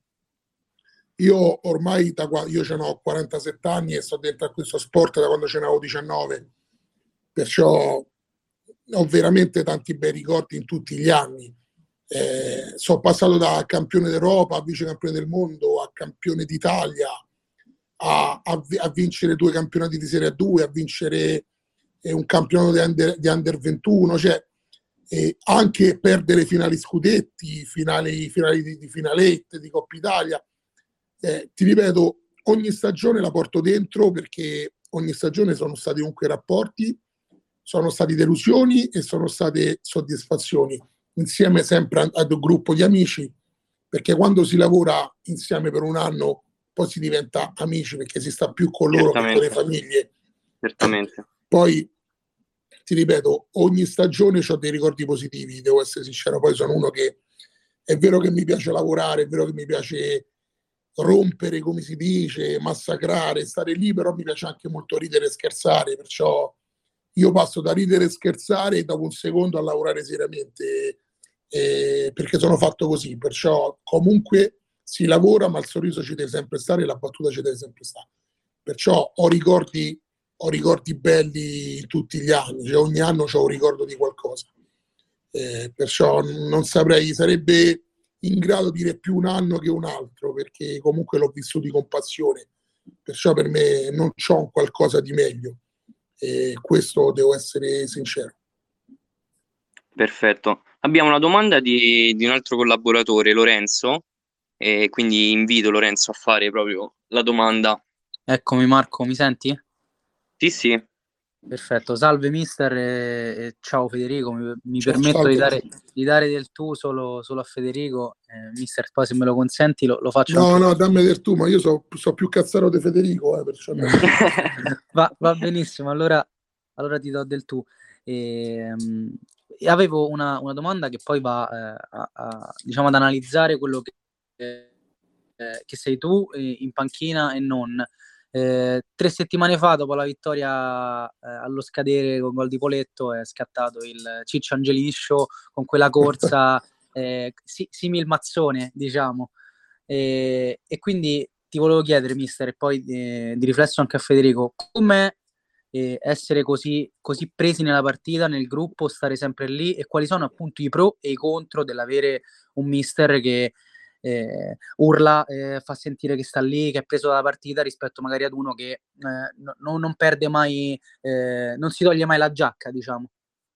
Io ormai da qua, io ce n'ho quarantasette anni e sto dentro a questo sport da quando ce n'avevo diciannove, perciò ho veramente tanti bei ricordi in tutti gli anni. Eh, sono passato da campione d'Europa a vice campione del mondo a campione d'Italia, a, a, a vincere due campionati di Serie A due, a vincere eh, un campionato di under, di under ventuno, cioè eh, anche perdere finali scudetti, finali, finali di, di finalette, di Coppa Italia. Eh, ti ripeto, ogni stagione la porto dentro perché ogni stagione sono stati comunque rapporti, sono stati delusioni e sono state soddisfazioni, insieme sempre ad un gruppo di amici, perché quando si lavora insieme per un anno poi si diventa amici perché si sta più con loro che con le famiglie. Certamente. Poi ti ripeto, ogni stagione ho dei ricordi positivi, devo essere sincero, poi sono uno che è vero che mi piace lavorare, è vero che mi piace rompere, come si dice, massacrare, stare lì, però mi piace anche molto ridere e scherzare, perciò io passo da ridere e scherzare e dopo un secondo a lavorare seriamente, eh, perché sono fatto così, perciò comunque si lavora ma il sorriso ci deve sempre stare e la battuta ci deve sempre stare, perciò ho ricordi, ho ricordi belli tutti gli anni, cioè ogni anno ho un ricordo di qualcosa, eh, perciò non saprei, sarebbe in grado di dire più un anno che un altro, perché comunque l'ho vissuto con passione, perciò per me non c'ho qualcosa di meglio, e questo devo essere sincero. Perfetto. Abbiamo una domanda di, di un altro collaboratore, Lorenzo, e quindi invito Lorenzo a fare proprio la domanda. Eccomi Marco, mi senti? Sì, sì. Perfetto, salve mister e, e ciao Federico, mi, mi Ciao, permetto ciao, di dare, di dare del tu solo, solo a Federico, eh, mister, poi se me lo consenti lo, lo faccio no, anche. no, dammi del tu, ma io so, so più cazzaro di Federico, eh, perciò no. va, va benissimo, allora, allora ti do del tu. E, um, avevo una, una domanda che poi va eh, a, a, diciamo ad analizzare quello che, eh, che sei tu eh, in panchina e non. Eh, tre settimane fa, dopo la vittoria eh, allo scadere con gol di Poletto, è scattato il Ciccio Angelini Show con quella corsa eh, si, simil mazzone, diciamo. E, e quindi ti volevo chiedere, mister, e poi eh, di riflesso anche a Federico, com'è eh, essere così, così presi nella partita, nel gruppo, stare sempre lì, e quali sono appunto i pro e i contro dell'avere un mister che eh, urla, eh, fa sentire che sta lì, che è preso dalla partita, rispetto magari ad uno che eh, no, non perde mai, eh, non si toglie mai la giacca, diciamo.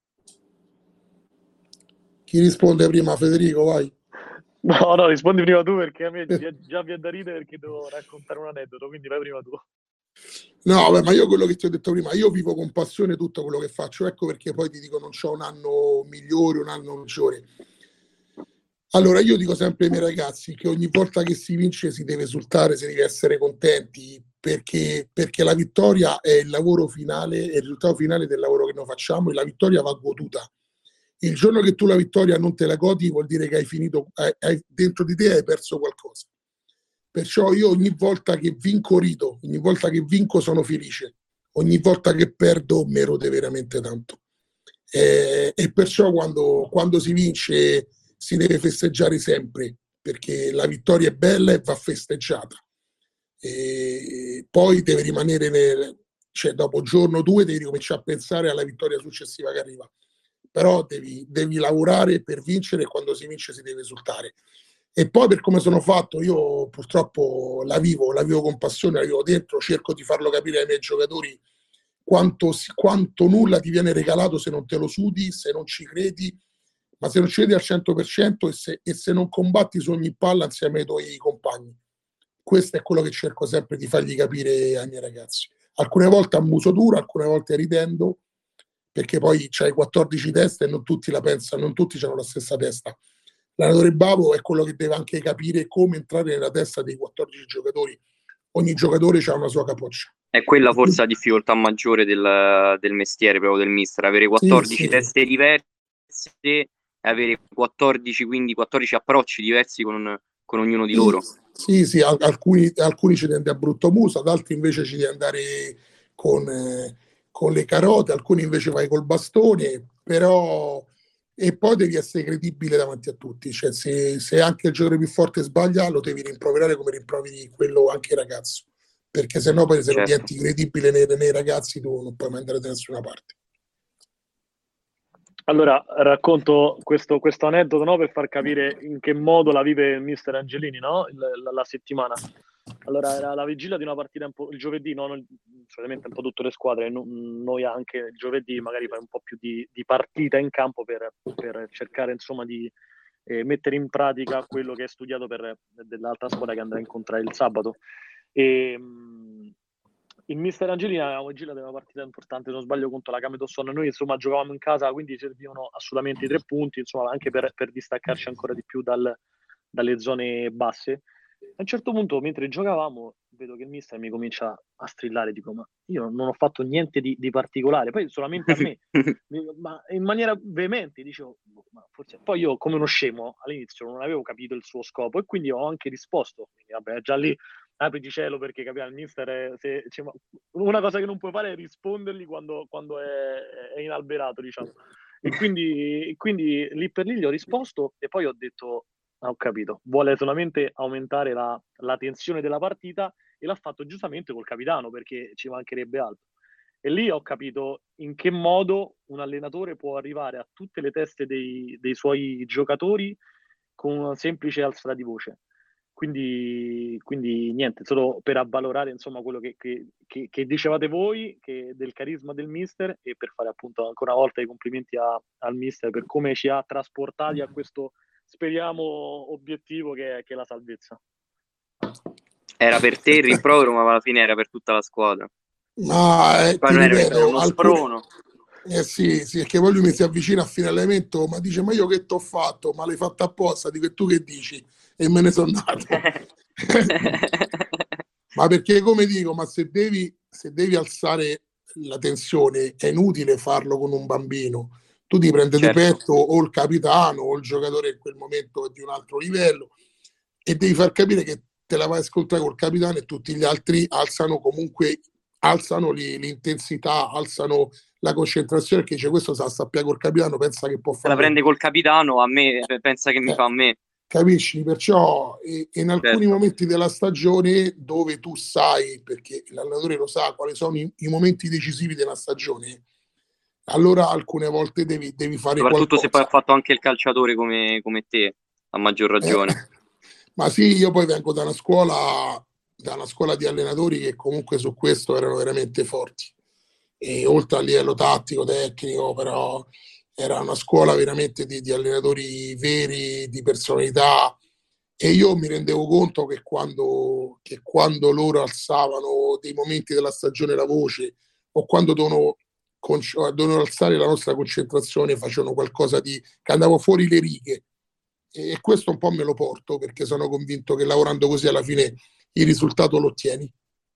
Chi risponde prima? Federico, vai. No, no, rispondi prima tu, perché a me già viene da ridere perché devo raccontare un aneddoto, quindi vai prima tu. No, beh, ma io quello che ti ho detto prima, io vivo con passione tutto quello che faccio, ecco perché poi ti dico non c'ho un anno migliore, un anno peggiore. Allora, io dico sempre ai miei ragazzi che ogni volta che si vince si deve esultare, si deve essere contenti, perché, perché la vittoria è il lavoro finale, è il risultato finale del lavoro che noi facciamo, e la vittoria va goduta. Il giorno che tu la vittoria non te la godi vuol dire che hai finito, hai, hai, dentro di te hai perso qualcosa. Perciò io ogni volta che vinco rido, ogni volta che vinco sono felice, ogni volta che perdo mi rode veramente tanto. E, e perciò quando, quando si vince si deve festeggiare sempre, perché la vittoria è bella e va festeggiata. E poi deve rimanere, nel, cioè dopo giorno o due devi ricominciare a pensare alla vittoria successiva che arriva. Però devi, devi lavorare per vincere, e quando si vince si deve esultare. E poi per come sono fatto, io purtroppo la vivo, la vivo con passione, la vivo dentro, cerco di farlo capire ai miei giocatori quanto, quanto nulla ti viene regalato se non te lo sudi, se non ci credi, ma se non ci credi al cento per cento e se, e se non combatti su ogni palla insieme ai tuoi compagni. Questo è quello che cerco sempre di fargli capire ai miei ragazzi. Alcune volte a muso duro, alcune volte ridendo, perché poi c'hai quattordici teste e non tutti la pensano, non tutti hanno la stessa testa. L'allenatore Bavo è quello che deve anche capire come entrare nella testa dei quattordici giocatori. Ogni giocatore ha una sua capoccia. È quella forse la difficoltà maggiore del, del mestiere, proprio del mister, avere quattordici sì, sì. teste diverse e avere quattordici, quindi quattordici approcci diversi con, con ognuno di loro. Sì, sì, alcuni, alcuni ci tende a brutto muso, ad altri invece ci devi andare con, eh, con le carote, alcuni invece vai col bastone, però e poi devi essere credibile davanti a tutti, cioè se, se anche il giocatore più forte sbaglia lo devi rimproverare come rimproveri quello anche il ragazzo, perché sennò poi se certo. non diventi credibile nei, nei ragazzi tu non puoi mai andare da nessuna parte. Allora racconto questo, questo aneddoto, no, per far capire in che modo la vive il mister Angelini, no? la, la settimana. Allora era la vigilia di una partita un po', il giovedì, no? Solitamente un po' tutte le squadre, no, noi anche il giovedì magari fai un po' più di, di partita in campo per, per cercare insomma di eh, mettere in pratica quello che è studiato per dell'altra squadra che andrà a incontrare il sabato. E, mh, il mister Angelini aveva la vigilia di una partita importante, se non sbaglio, contro la Camedosson. Noi insomma giocavamo in casa, quindi servivano assolutamente i tre punti, insomma anche per, per distaccarci ancora di più dal, dalle zone basse. A un certo punto, mentre giocavamo, vedo che il mister mi comincia a strillare, dico, ma io non ho fatto niente di, di particolare, poi solamente a me, ma in maniera veemente, dicevo, ma forse... Poi io, come uno scemo, all'inizio non avevo capito il suo scopo, e quindi ho anche risposto, quindi vabbè, già lì, apriti cielo, perché capiva il mister, è, se, cioè, una cosa che non puoi fare è rispondergli quando, quando è, è inalberato, diciamo. E quindi, quindi lì per lì gli ho risposto, e poi ho detto... ho capito, vuole solamente aumentare la, la tensione della partita, e l'ha fatto giustamente col capitano, perché ci mancherebbe altro. E lì ho capito in che modo un allenatore può arrivare a tutte le teste dei, dei suoi giocatori con una semplice alzata di voce. Quindi, quindi niente, solo per avvalorare insomma quello che, che, che, che dicevate voi, che del carisma del mister, e per fare appunto ancora una volta i complimenti a, al mister per come ci ha trasportati a questo, speriamo, obiettivo che è, che è la salvezza. Era per te il rimprovero, ma alla fine era per tutta la squadra. Ma eh, ti ripeto, era uno alcune... sprono. Eh sì, sì, perché poi lui mi si avvicina a fine allenamento, ma dice, ma io che t'ho fatto? Ma l'hai fatto apposta? Dico, e tu che dici? E me ne sono andato. Ma perché, come dico, ma se devi, se devi alzare la tensione, è inutile farlo con un bambino. Tu ti prendi certo. di petto o il capitano o il giocatore in quel momento è di un altro livello, e devi far capire che te la vai a ascoltare col capitano, e tutti gli altri alzano comunque, alzano l'intensità, alzano la concentrazione, perché dice, questo sa sappiare col capitano, pensa che può fare. Se la prende col capitano, a me pensa che eh, mi fa a me. Capisci? Perciò e, in alcuni certo. momenti della stagione dove tu sai, perché l'allenatore lo sa, quali sono i, i momenti decisivi della stagione, allora alcune volte devi, devi fare soprattutto qualcosa. Se poi ha fatto anche il calciatore come, come te, a maggior ragione. Eh, Ma sì, io poi vengo da una scuola, da una scuola di allenatori che comunque su questo erano veramente forti. E oltre al livello tattico, tecnico, però era una scuola veramente di, di allenatori veri, di personalità. E io mi rendevo conto che quando, che quando loro alzavano dei momenti della stagione la voce, o quando dovevano, dovevano alzare la nostra concentrazione, facevano qualcosa di che andava fuori le righe. E questo un po' me lo porto, perché sono convinto che lavorando così alla fine il risultato lo ottieni.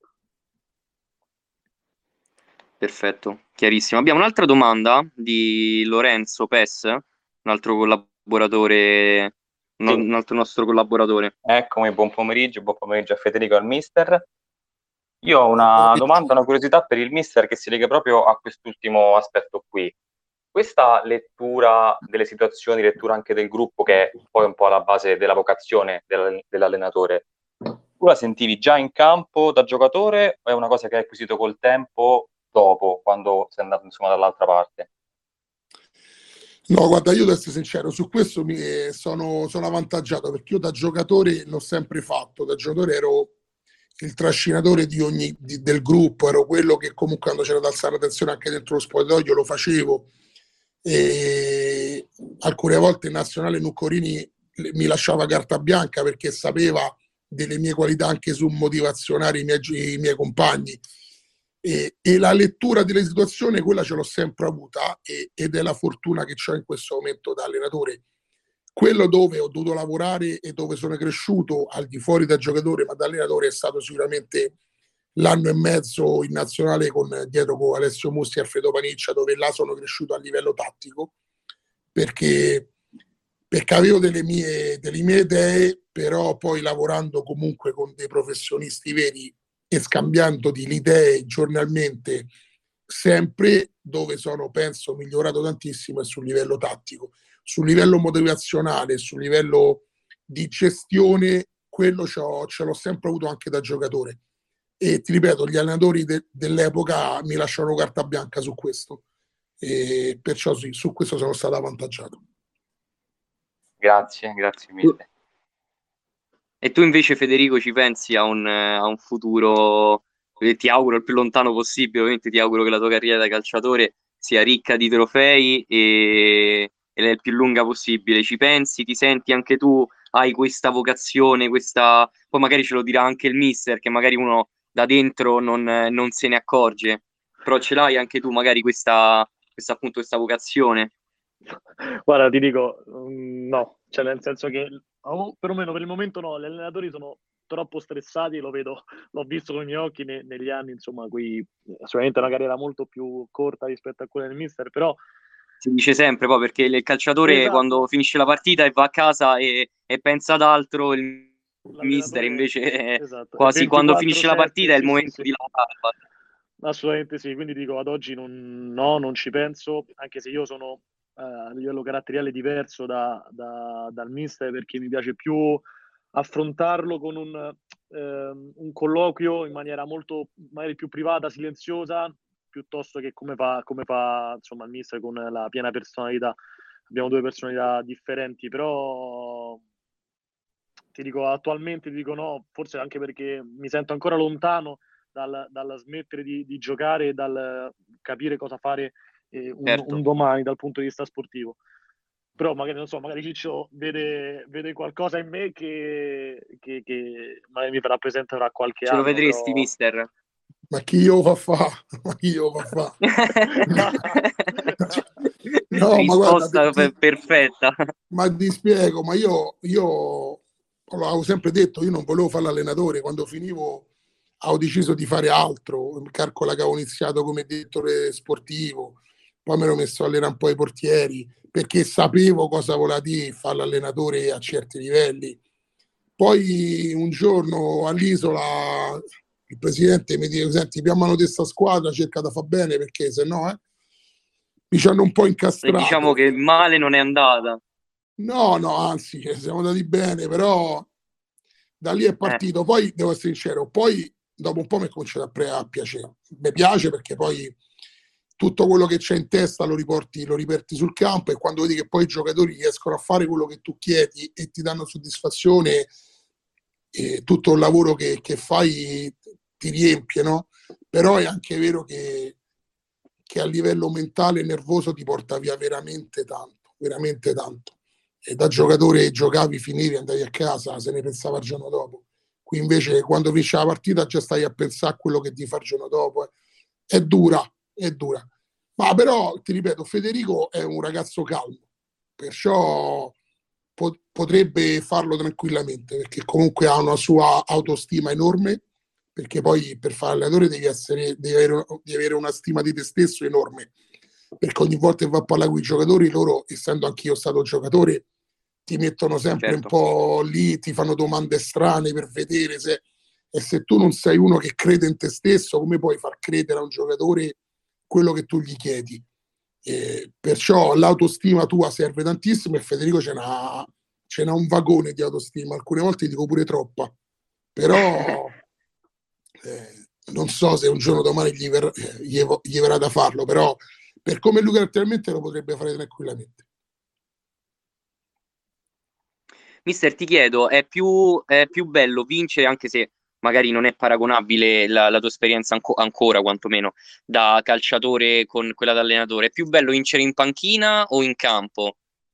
Perfetto, chiarissimo. Abbiamo un'altra domanda di Lorenzo Pes, un altro collaboratore, Sì. un altro nostro collaboratore. Eccomi, buon pomeriggio, buon pomeriggio a Federico e al mister. Io ho una domanda, una curiosità per il mister che si lega proprio a quest'ultimo aspetto qui. Questa lettura delle situazioni, lettura anche del gruppo, che è poi un po' alla base della vocazione dell- dell'allenatore, tu la sentivi già in campo da giocatore o è una cosa che hai acquisito col tempo dopo, quando sei andato insomma dall'altra parte? No, guarda, io devo essere sincero, su questo mi sono, sono avvantaggiato, perché io da giocatore l'ho sempre fatto, da giocatore ero il trascinatore di ogni, di, del gruppo, ero quello che comunque quando c'era da alzare l'attenzione anche dentro lo spogliatoio lo facevo. E alcune volte in nazionale Nuccorini mi lasciava carta bianca perché sapeva delle mie qualità anche su motivazionare i miei, i miei compagni. E, e la lettura delle situazioni, quella ce l'ho sempre avuta, e, ed è la fortuna che ho in questo momento da allenatore. Quello dove ho dovuto lavorare e dove sono cresciuto al di fuori da giocatore ma da allenatore è stato sicuramente l'anno e mezzo in nazionale con, dietro con Alessio Musti e Alfredo Paniccia, dove là sono cresciuto a livello tattico, perché, perché avevo delle mie, delle mie idee, però poi lavorando comunque con dei professionisti veri e scambiando di idee giornalmente, sempre, dove sono, penso, migliorato tantissimo è sul livello tattico. Sul livello motivazionale, sul livello di gestione, quello ce l'ho sempre avuto anche da giocatore. E ti ripeto, gli allenatori de, dell'epoca mi lasciano carta bianca su questo, e perciò sì, su questo sono stato avvantaggiato. Grazie, grazie mille. E tu invece, Federico, ci pensi a un, a un futuro, ti auguro il più lontano possibile, ovviamente ti auguro che la tua carriera da calciatore sia ricca di trofei e, e è il più lunga possibile. Ci pensi, ti senti anche tu, hai questa vocazione, questa... poi magari ce lo dirà anche il mister, che magari uno da dentro non, non se ne accorge, però ce l'hai anche tu magari questa, questa appunto questa vocazione? Guarda, ti dico, um, no, cioè nel senso che perlomeno per il momento no, gli allenatori sono troppo stressati, lo vedo, l'ho visto con i miei occhi ne, negli anni, insomma, qui sicuramente una carriera molto più corta rispetto a quella del mister, però si dice sempre poi perché il calciatore esatto. Quando finisce la partita e va a casa e, e pensa ad altro, il mister invece esatto. quasi quando finisce la partita sì, è il momento sì, sì. di lavorare. Assolutamente sì, quindi dico ad oggi non, no, non ci penso, anche se io sono eh, a livello caratteriale diverso da, da, dal mister, perché mi piace più affrontarlo con un, eh, un colloquio in maniera molto magari più privata, silenziosa, piuttosto che come fa, come fa insomma il mister con la piena personalità. Abbiamo due personalità differenti, però ti dico attualmente ti dico no, forse anche perché mi sento ancora lontano dal, dal smettere di, di giocare e dal capire cosa fare eh, un, certo. un domani dal punto di vista sportivo. Però magari, non so, magari Ciccio vede, vede qualcosa in me che, che, che magari mi farà presente tra qualche Ce anno. Ce lo vedresti, però... mister? Ma chi io fa fa? Ma chi io fa fa? No, risposta ma guarda, ti, perfetta. Ma ti spiego, ma io, io l'avevo sempre detto, io non volevo fare l'allenatore. Quando finivo avevo deciso di fare altro. Calcola che avevo iniziato come direttore sportivo, poi mi ero messo a allenare un po' i portieri, perché sapevo cosa voleva dire fare l'allenatore a certi livelli. Poi un giorno all'Isola il presidente mi dice: senti, piammano di questa squadra, cerca da far bene, perché se no eh, mi ci hanno un po' incastrato. E diciamo che male non è andata. No, no, anzi, siamo andati bene, però da lì è partito. Eh. Poi, devo essere sincero, poi dopo un po' mi è cominciato a, pre- a piacere. Mi piace perché poi tutto quello che c'è in testa lo riporti, lo riporti sul campo, e quando vedi che poi i giocatori riescono a fare quello che tu chiedi e ti danno soddisfazione, e tutto il lavoro che, che fai ti riempie, no? Però è anche vero che, che a livello mentale e nervoso ti porta via veramente tanto, veramente tanto. E da giocatore giocavi, finivi, andavi a casa, se ne pensava il giorno dopo. Qui invece quando finisce la partita già stai a pensare a quello che ti fa il giorno dopo. È dura, è dura. Ma però, ti ripeto, Federico è un ragazzo calmo, perciò po- potrebbe farlo tranquillamente, perché comunque ha una sua autostima enorme, perché poi per fare allenatore devi, essere, devi, avere, devi avere una stima di te stesso enorme, perché ogni volta che va a parlare con i giocatori, loro, essendo anch'io stato giocatore, ti mettono sempre certo. un po' lì, ti fanno domande strane per vedere se, e se tu non sei uno che crede in te stesso, come puoi far credere a un giocatore quello che tu gli chiedi? Eh, perciò l'autostima tua serve tantissimo, e Federico ce n'ha, ce n'ha un vagone di autostima, alcune volte dico pure troppa, però eh, non so se un giorno domani gli, ver- gli, gli verrà da farlo, però per come lui caratterialmente lo potrebbe fare tranquillamente. Mister, ti chiedo, è più, è più bello vincere, anche se magari non è paragonabile la, la tua esperienza anco, ancora, quantomeno, da calciatore con quella da allenatore, è più bello vincere in panchina o in campo?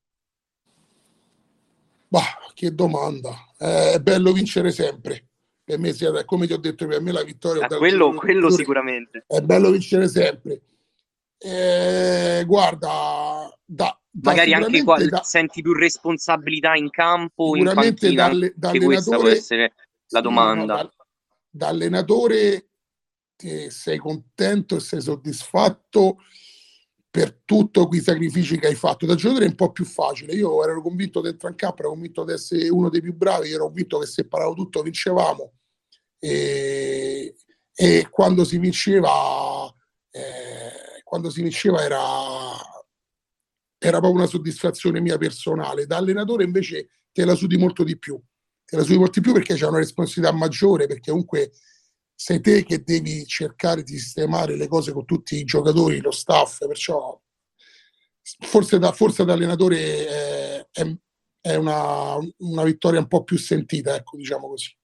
Bah, che domanda. Eh, è bello vincere sempre. Per me, come ti ho detto, per me la vittoria... Ah, quello, quello sicuramente. È bello vincere sempre. Eh, guarda... Da, da magari anche qua da, senti più responsabilità in campo o in panchina, dalle, da che questa può essere la domanda. No, no, da, da allenatore ti sei contento e sei soddisfatto per tutto quei sacrifici che hai fatto. Da giocatore è un po' più facile. Io ero convinto di entrare in campo, ero convinto di essere uno dei più bravi, ero convinto che se paravo tutto vincevamo, e, e quando si vinceva eh, quando si vinceva era era proprio una soddisfazione mia personale. Da allenatore invece te la sudi molto di più, te la sudi molto di più perché c'è una responsabilità maggiore, perché comunque sei te che devi cercare di sistemare le cose con tutti i giocatori, lo staff, perciò forse da, forse da allenatore è, è, è una, una vittoria un po' più sentita, ecco, diciamo così.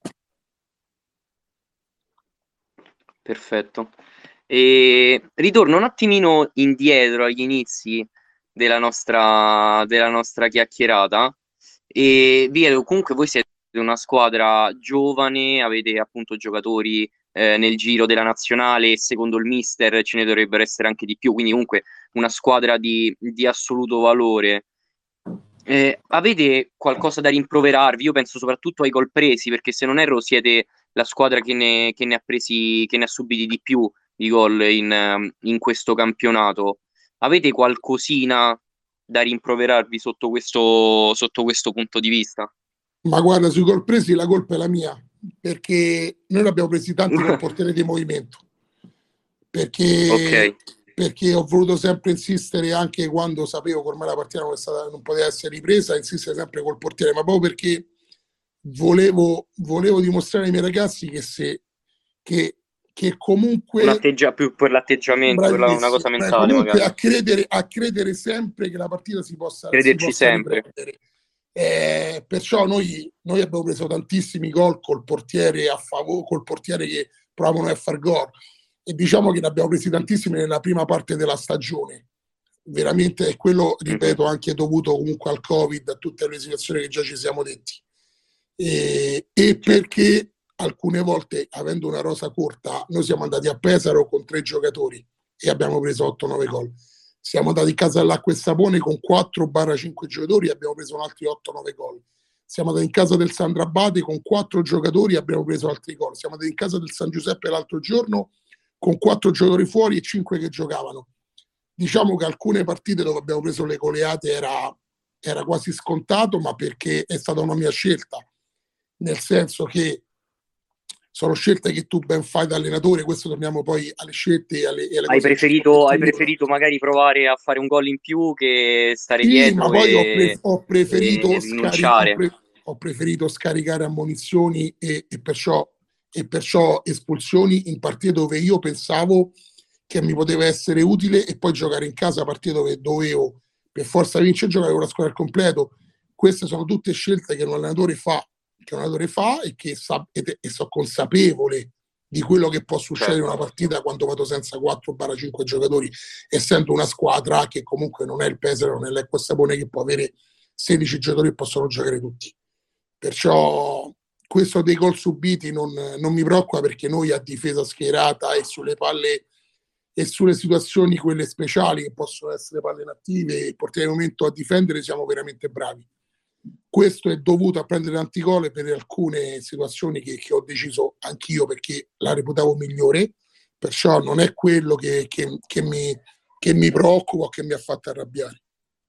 Perfetto. E ritorno un attimino indietro agli inizi della nostra, della nostra chiacchierata, e vi comunque voi siete una squadra giovane, avete appunto giocatori eh, nel giro della nazionale, e secondo il mister ce ne dovrebbero essere anche di più, quindi comunque una squadra di, di assoluto valore. Eh, avete qualcosa da rimproverarvi? Io penso soprattutto ai gol presi, perché se non erro siete la squadra che ne, che ne ha presi, che ne ha subiti di più di gol in, in questo campionato. Avete qualcosina da rimproverarvi sotto questo, sotto questo punto di vista? Ma guarda, sui gol presi la colpa è la mia, perché noi ne abbiamo presi tanti col portiere di movimento, perché, okay. perché ho voluto sempre insistere, anche quando sapevo che ormai la partita non, è stata, non poteva essere ripresa, insistere sempre col portiere, ma proprio perché volevo, volevo dimostrare ai miei ragazzi che se che, che comunque un atteggia- più per l'atteggiamento, per la, una cosa mentale, magari a credere, a credere sempre che la partita si possa, crederci si possa sempre riprendere. Eh, perciò noi, noi abbiamo preso tantissimi gol col portiere a favore, col portiere che provavano a far gol, e diciamo che ne abbiamo presi tantissimi nella prima parte della stagione, veramente. È quello, ripeto, mm-hmm. anche dovuto comunque al Covid, a tutte le situazioni che già ci siamo detti, e, e perché alcune volte, avendo una rosa corta, noi siamo andati a Pesaro con tre giocatori e abbiamo preso otto nove gol. Siamo andati in casa dell'Acqua e Sapone con quattro cinque giocatori e abbiamo preso altri otto nove gol. Siamo andati in casa del Sandrabate con quattro giocatori e abbiamo preso altri gol. Siamo andati in casa del San Giuseppe l'altro giorno con quattro giocatori fuori e cinque che giocavano. Diciamo che alcune partite dove abbiamo preso le goleate era, era quasi scontato, ma perché è stata una mia scelta, nel senso che sono scelte che tu ben fai da allenatore. Questo torniamo poi alle scelte e alle, e alle hai cose preferito hai preferito magari provare a fare un gol in più che stare sì, dietro, ma poi e, ho, pre- ho, preferito e rinunciare. Scari- ho, pre- ho preferito scaricare ammonizioni e, e, perciò, e perciò espulsioni in partite dove io pensavo che mi poteva essere utile, e poi giocare in casa partite dove dovevo per forza vincere e giocare con la squadra al completo. Queste sono tutte scelte che un allenatore fa che un allenatore fa e che sa, e, e sono consapevole di quello che può succedere in una partita quando vado senza quattro cinque giocatori, essendo una squadra che comunque non è il Pesaro, non è l'Ecco Sapone che può avere sedici giocatori e possono giocare tutti. Perciò questo dei gol subiti non, non mi preoccupa, perché noi a difesa schierata e sulle palle e sulle situazioni quelle speciali che possono essere palle inattive e portiamo il momento a difendere siamo veramente bravi. Questo è dovuto a prendere tanti gol per alcune situazioni che, che ho deciso anch'io perché la reputavo migliore, perciò non è quello che, che, che, mi, che mi preoccupa o che mi ha fatto arrabbiare.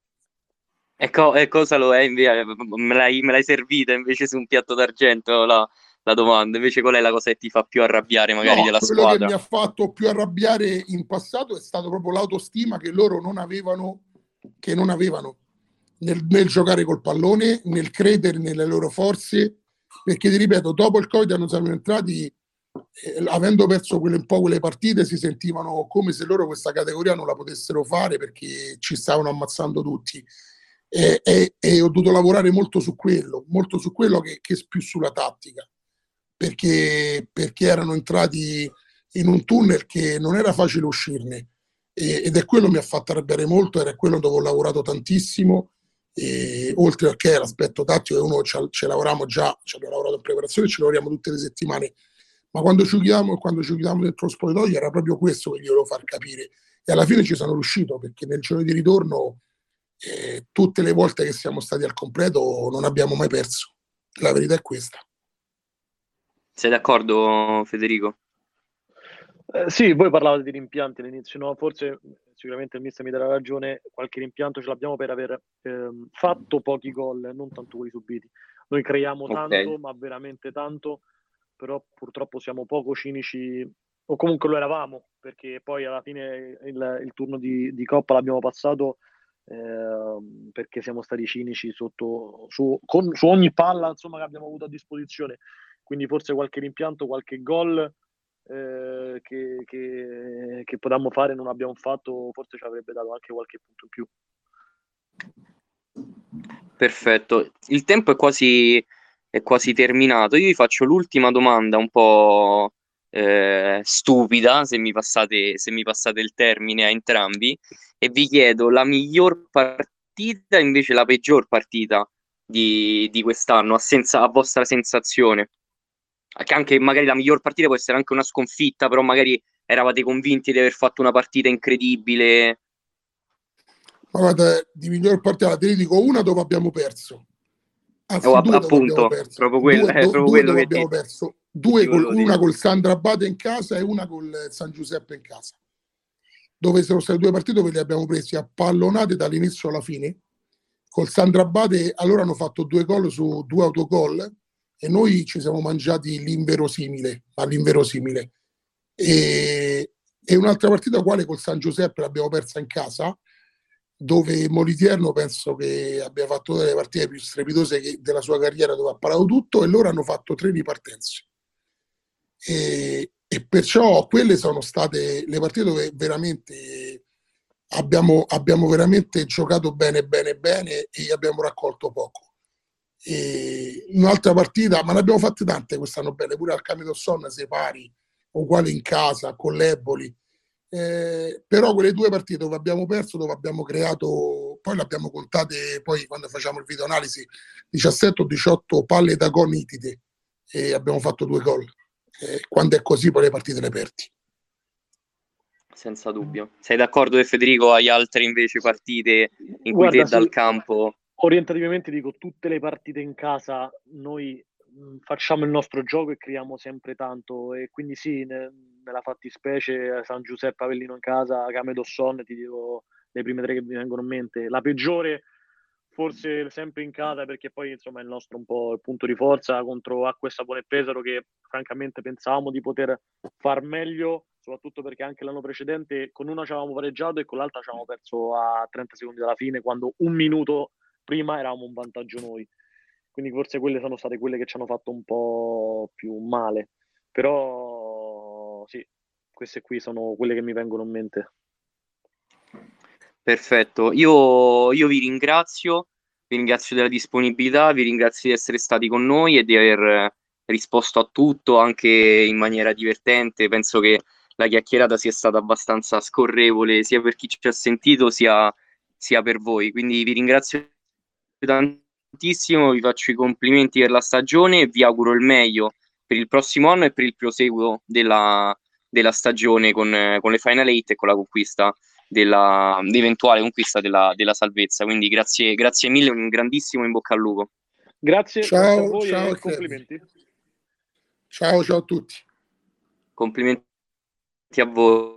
E, co- e cosa lo è invece? Me l'hai, me l'hai servita invece su un piatto d'argento la, la domanda. Invece qual è la cosa che ti fa più arrabbiare magari No, della quello squadra? che mi ha fatto più arrabbiare in passato è stato proprio l'autostima che loro non avevano, che non avevano nel, nel giocare col pallone, nel credere nelle loro forze, perché ti ripeto, dopo il Covid hanno siamo entrati, eh, avendo perso quelle, un po' quelle partite, si sentivano come se loro questa categoria non la potessero fare perché ci stavano ammazzando tutti. E, e, e ho dovuto lavorare molto su quello, molto su quello che, che più sulla tattica. Perché, perché erano entrati in un tunnel che non era facile uscirne e, ed è quello che mi ha fatto arrabbiare molto, era quello dove ho lavorato tantissimo e, oltre che l'aspetto tattico che uno ci, ci lavoriamo già, ci abbiamo lavorato in preparazione, ci lavoriamo tutte le settimane, ma quando ci chiudiamo, quando ci chiudiamo dentro lo spogliatoio era proprio questo che gli volevo far capire e alla fine ci sono riuscito, perché nel giorno di ritorno eh, tutte le volte che siamo stati al completo non abbiamo mai perso, la verità è questa. Sei d'accordo, Federico? Eh, sì, voi parlavate di rimpianti all'inizio, no? Forse sicuramente il mister mi darà ragione, qualche rimpianto ce l'abbiamo per aver ehm, fatto pochi gol, non tanto quelli subiti. Noi creiamo Ok. tanto, ma veramente tanto, però purtroppo siamo poco cinici, o comunque lo eravamo, perché poi alla fine il, il turno di, di Coppa l'abbiamo passato ehm, perché siamo stati cinici sotto, su, con, su ogni palla insomma, che abbiamo avuto a disposizione. Quindi forse qualche rimpianto, qualche gol eh, che, che, che potevamo fare non abbiamo fatto, forse ci avrebbe dato anche qualche punto in più. Perfetto, il tempo è quasi, è quasi terminato. Io vi faccio l'ultima domanda un po' eh, stupida, se mi passate, se mi passate il termine a entrambi, e vi chiedo la miglior partita e invece la peggior partita di, di quest'anno, a, senza, a vostra sensazione. Che anche magari la miglior partita può essere anche una sconfitta, però magari eravate convinti di aver fatto una partita incredibile. Ma guarda, di miglior partita te ne dico una dove abbiamo perso, Oh, anzi app- due dove abbiamo appunto, perso, proprio quello, due, è do, proprio due quello dove che abbiamo ti, perso, ti due col, volevo una dire. col Sandra Abate in casa e una col San Giuseppe in casa, dove sono state due partite dove li abbiamo presi a pallonate dall'inizio alla fine. Col Sandra Abate allora hanno fatto due gol su due autogol e noi ci siamo mangiati l'inverosimile, ma l'inverosimile. E, e un'altra partita quale col San Giuseppe l'abbiamo persa in casa, dove Molitierno penso che abbia fatto una delle partite più strepitose che, della sua carriera, dove ha parato tutto e loro hanno fatto tre ripartenze. E, e perciò quelle sono state le partite dove veramente abbiamo, abbiamo veramente giocato bene, bene, bene e abbiamo raccolto poco. E un'altra partita, ma ne abbiamo fatte tante quest'anno belle, pure al Camino Son, se pari, uguale in casa, con l'Eboli. Eh, però quelle due partite dove abbiamo perso, dove abbiamo creato, poi le abbiamo contate, poi quando facciamo il video analisi, diciassette o diciotto palle da gol nitide e abbiamo fatto due gol. Eh, quando è così poi le partite le perdi. Senza dubbio. Sei d'accordo che Federico hai altre invece partite in cui Guarda, te dal sì, campo... orientativamente dico tutte le partite in casa noi mh, facciamo il nostro gioco e creiamo sempre tanto e quindi sì, ne- nella fattispecie San Giuseppe Avellino in casa, Camedosson, ti dico le prime tre che mi vengono in mente. La peggiore forse sempre in casa perché poi insomma è il nostro un po' il punto di forza contro Acqua e Sapone e Pesaro che francamente pensavamo di poter far meglio, soprattutto perché anche l'anno precedente con una ci avevamo pareggiato e con l'altra ci avevamo perso a trenta secondi dalla fine quando un minuto prima eravamo un vantaggio noi. Quindi forse quelle sono state quelle che ci hanno fatto un po' più male. Però sì, queste qui sono quelle che mi vengono in mente. Perfetto, io, io vi ringrazio vi ringrazio della disponibilità, vi ringrazio di essere stati con noi e di aver risposto a tutto anche in maniera divertente. Penso che la chiacchierata sia stata abbastanza scorrevole sia per chi ci ha sentito sia, sia per voi. Quindi vi ringrazio tantissimo, vi faccio i complimenti per la stagione e vi auguro il meglio per il prossimo anno e per il proseguo della, della stagione con, con le Final Eight e con la conquista della, l'eventuale conquista della, della salvezza. Quindi grazie, grazie mille, un grandissimo in bocca al lupo. Grazie, ciao, grazie a voi ciao, e complimenti. Ciao, ciao a tutti. Complimenti a voi.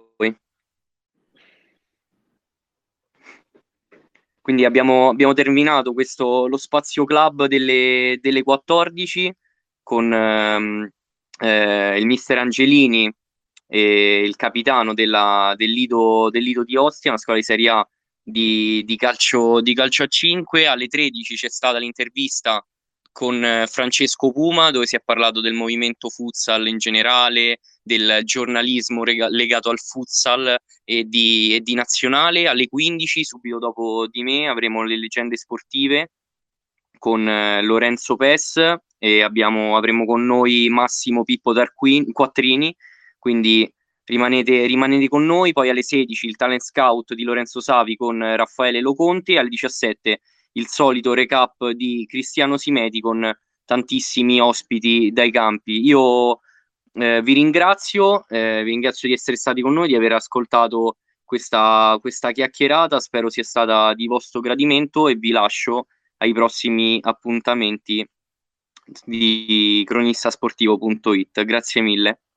Quindi abbiamo, abbiamo terminato questo, lo spazio club delle, delle quattordici con ehm, eh, il mister Angelini e il capitano della, del, Lido, del Lido di Ostia, una scuola di Serie A di, di, calcio, di calcio a cinque. Alle tredici c'è stata l'intervista con eh, Francesco Puma, dove si è parlato del movimento futsal in generale, del giornalismo rega- legato al futsal e di, e di nazionale. Alle quindici, subito dopo di me, avremo le leggende sportive con eh, Lorenzo Pes e abbiamo, avremo con noi Massimo Pippo Tarquini, Quattrini, quindi rimanete, rimanete con noi. Poi alle sedici il talent scout di Lorenzo Savi con Raffaele Loconte, alle diciassette il solito recap di Cristiano Simeti con tantissimi ospiti dai campi. Io eh, vi ringrazio, eh, vi ringrazio di essere stati con noi, di aver ascoltato questa, questa chiacchierata, spero sia stata di vostro gradimento e vi lascio ai prossimi appuntamenti di cronistasportivo punto it. Grazie mille.